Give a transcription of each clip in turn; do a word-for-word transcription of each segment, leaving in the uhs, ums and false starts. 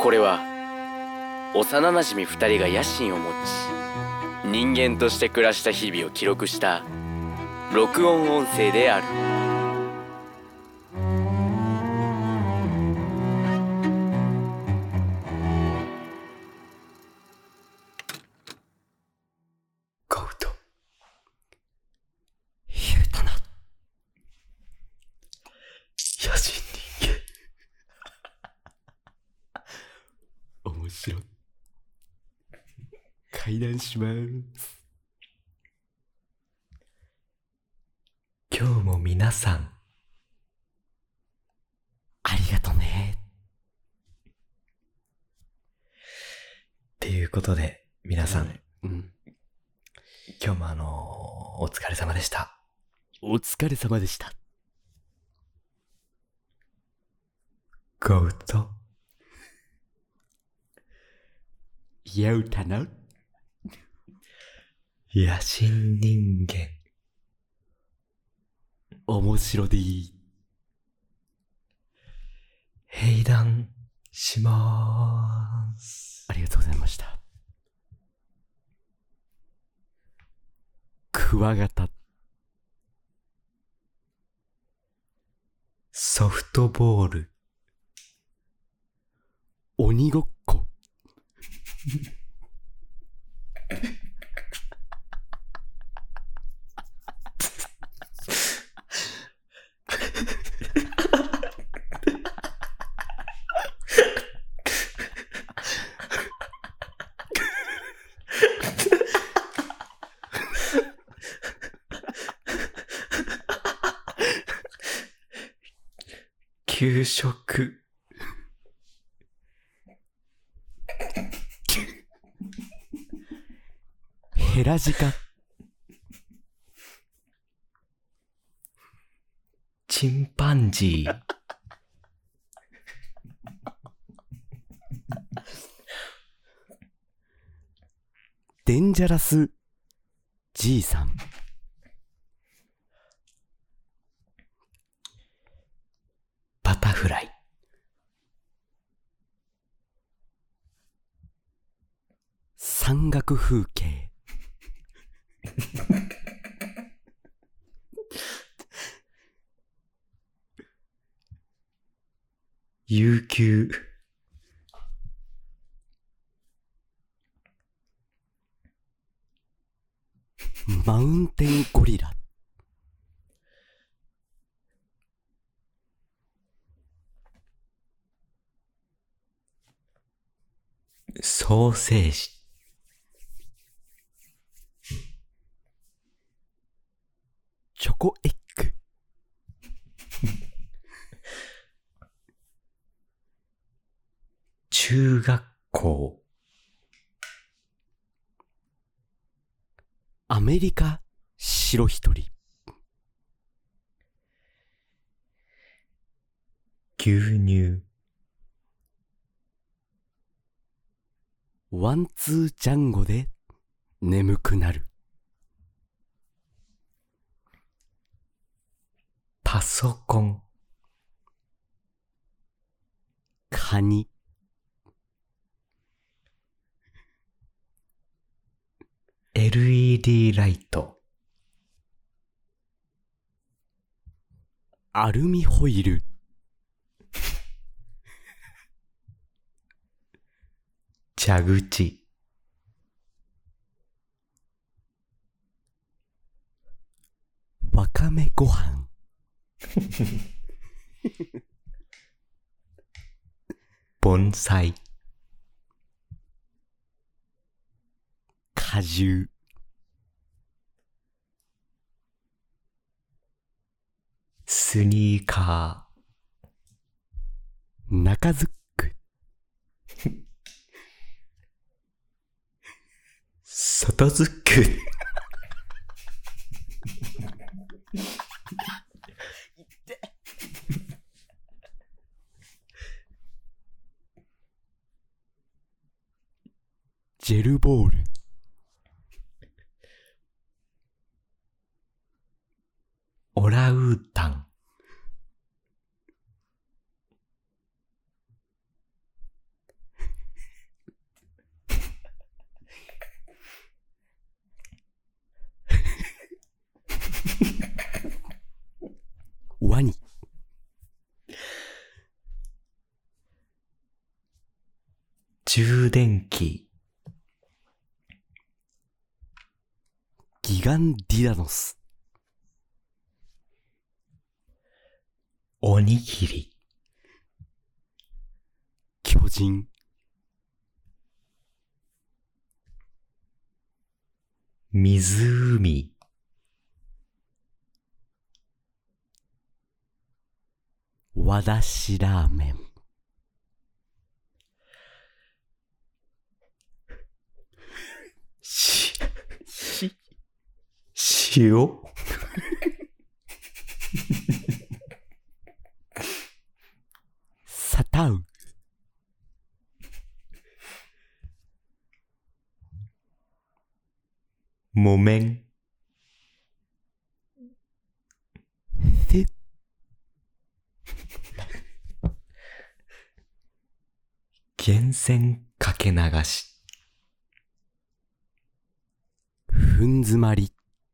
これは幼なじみ二人が野心を持ち人間として暮らした日々を記録した録音音声である。 ゴウと言うたな、野心人間。面白い。会談します。今日も皆さんありがとねっていうことで、皆さん、うん、今日もあのー、お疲れ様でした。 お疲れ様でした。 ゴウと言うたな、 野心人間。 面白でいい。 閉談しまーす。 ありがとうございました。クワガタ、 ソフトボール、 鬼ごっこ、 給食、 ヘラジカ、 チンパンジー、 デンジャラスじいさん、 バタフライ、 山岳風景、 悠久、 マウンテンゴリラ、 ソーセージ、 チョコエッグ、 中学校、 アメリカ白一人、 牛乳、 ワンツージャンゴで眠くなる、 パソコン、 カニ、 エルイーディー ライト、 アルミホイル、 蛇口、 わかめご飯、 盆栽、 果汁、 スニーカー、中ズック、 外ズック、 ジェルボール、 オラウータン、 ガンディラノス。 おにぎり。 巨人。 湖。 和だしラーメン。 し、し、塩。 サタウ。 木綿。 フ。 源泉かけ流し。 ふんづまり。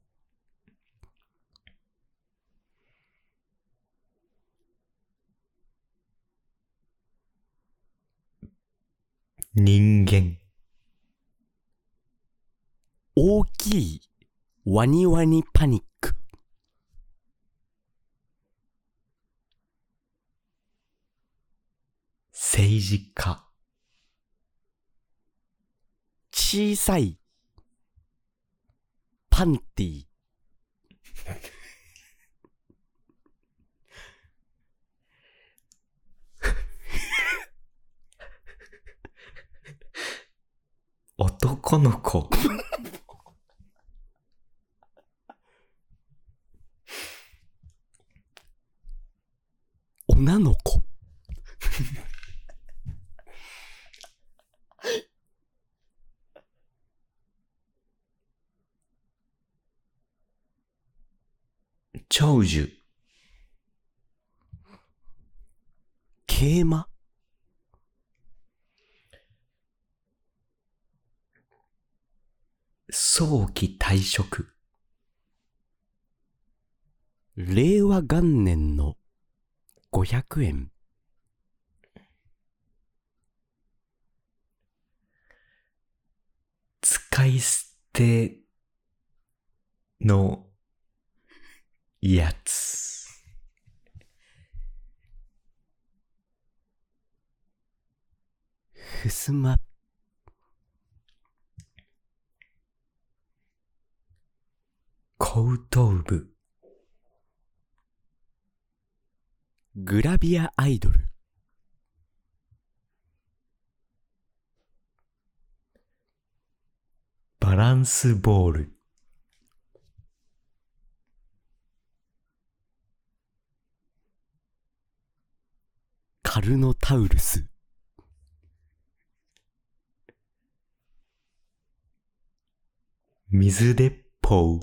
人間。 大きいワニワニパニック。 政治家。 小さいパンティ。 男の子。 女の子。 長寿。 桂馬。 早期退職。 令和元年のごひゃくえん。 使い捨てのやつ。 ふすま。 後頭部。 グラビアアイドル。 バランスボール。 カルノタウルス。 水鉄砲。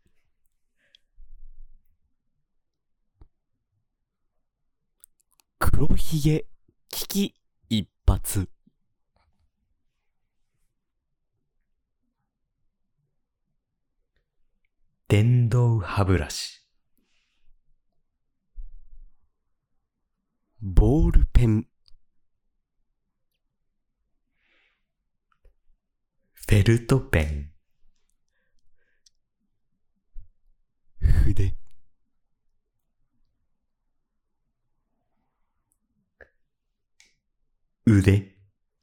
黒ひげ危機一髪。 電動歯ブラシ。 ボールペン。 フェルトペン。 筆。 腕。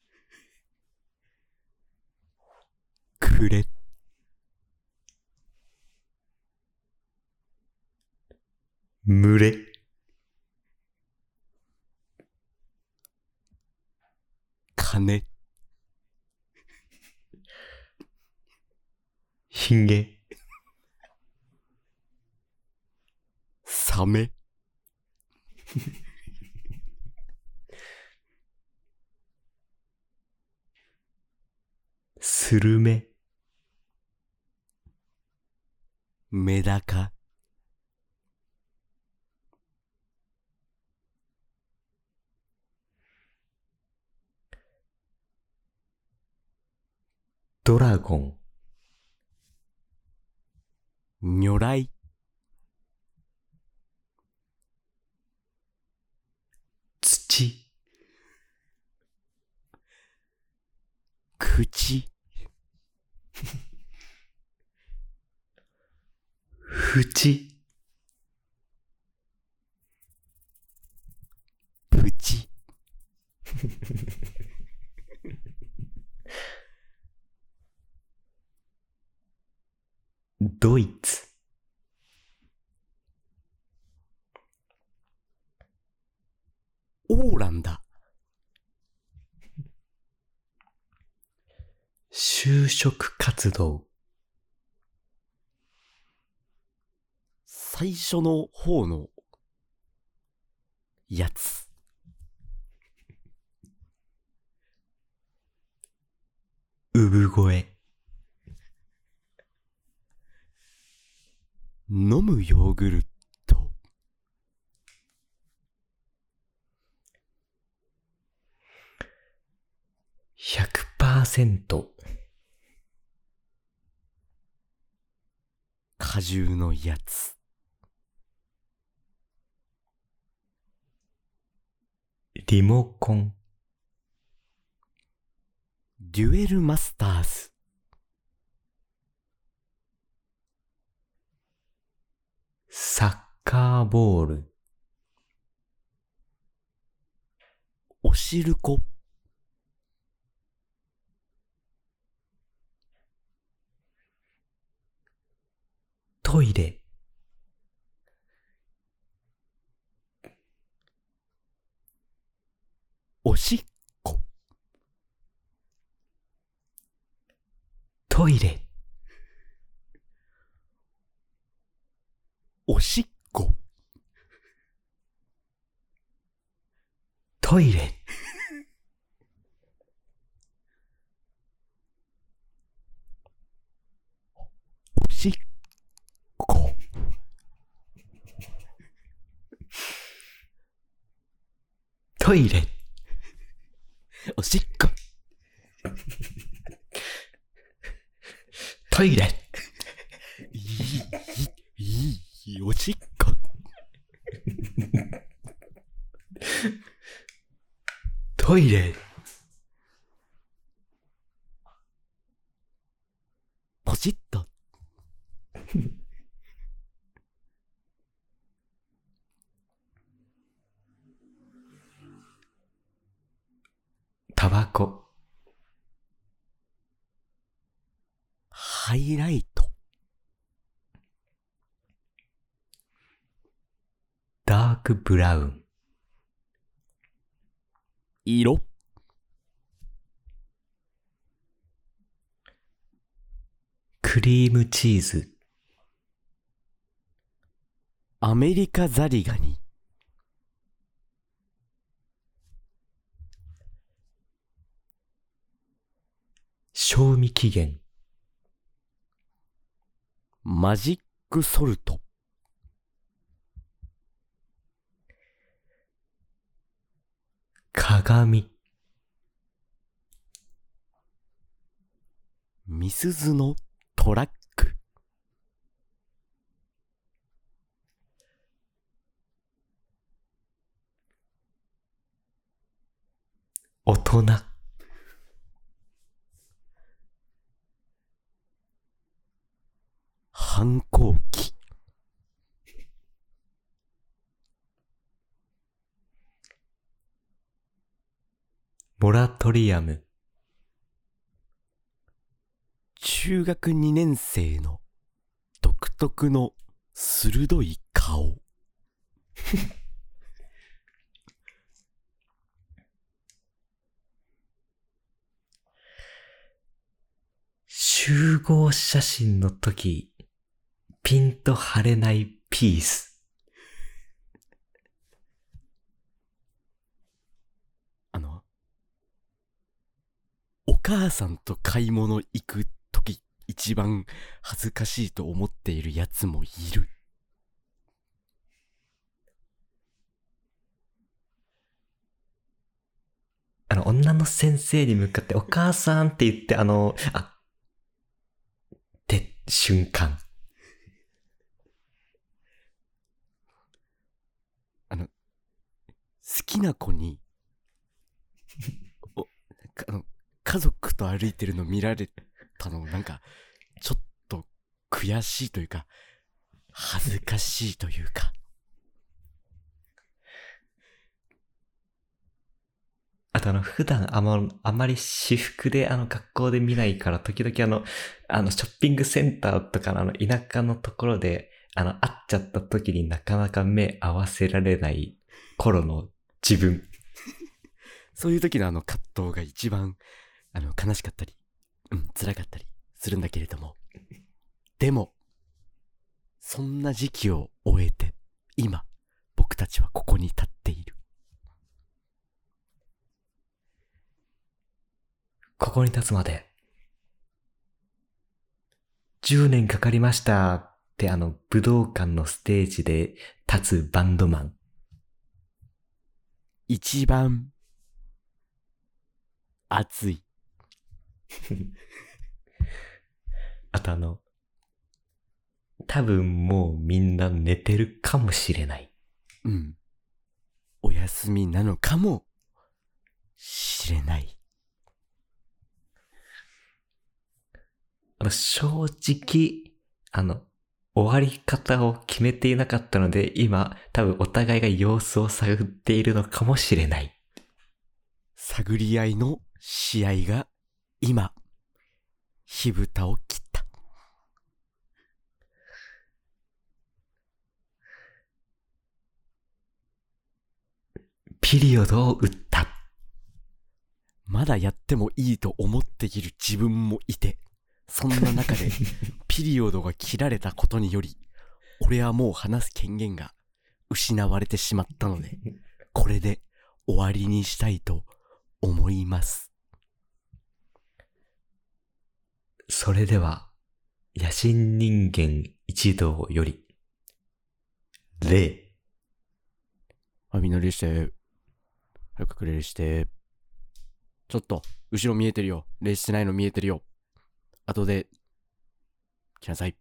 くれ。 群れ。 金。 ひげ。 サメ。 スルメ。 メダカ。 ドラゴン。 如来。 土。 口。 プチ。 プチ。 ドイツ。 オーランダ。 就職活動。 最初の方のやつ。 産声。 飲むヨーグルト。 ひゃくパーセント。 果汁のやつ。 リモコン。 デュエルマスターズ。 サッカーボール。 おしるこ。 トイレ。 おしっこ。 トイレ。 おしっこ。 トイレ。 おしっこ。 トイレ。 おしっこ。 トイレ。 いい、いい、いい、おしっこ。 トイレ。 ポチッと。 タバコ。 ハイライト。 ダークブラウン。 色。 クリームチーズ。 アメリカザリガニ。 賞味期限。 マジックソルト。 鏡。 みすゞのトラック。 大人。 反抗期。 モラトリアム。 中学にねん生の独特の鋭い顔。 集合写真の時、ピンと張れないピース。 あの、お母さんと買い物行く時一番恥ずかしいと思っているやつもいる。 あの、女の先生に向かってお母さんって言って、あの、あ、って瞬間。 あの、好きな子に、おあの家族と歩いてるの見られたのなんかちょっと悔しいというか、 恥ずかしいというか。 あとあの、普段あま、あまり私服であの学校で見ないから、時々あの、あの、ショッピングセンターとかのあの、田舎のところで、あの、会っちゃった時になかなか目合わせられない頃の自分。 そういう時のあの葛藤が一番、あの、悲しかったり、うん、辛かったりするんだけれども。でも、そんな時期を終えて、今、僕たちはここに立っている。 ここに立つまで、じゅうねんかかりましたってあの、武道館のステージで立つバンドマン。 一番、熱い。 あとあの、多分もうみんな寝てるかもしれない。 うん。お休みなのかもしれない。 あの、正直、あの、終わり方を決めていなかったので、今、多分お互いが様子を探っているのかもしれない。 探り合いの試合が今、火蓋を切った。 ピリオドを打った。 まだやってもいいと思っている自分もいて、そんな中でピリオドが切られたことにより、俺はもう話す権限が失われてしまったので、これで終わりにしたいと思います。 それでは、野心人間一同より、礼。 あ、みんな礼して。早く礼して。ちょっと、後ろ見えてるよ。礼してないの見えてるよ。後で、来なさい。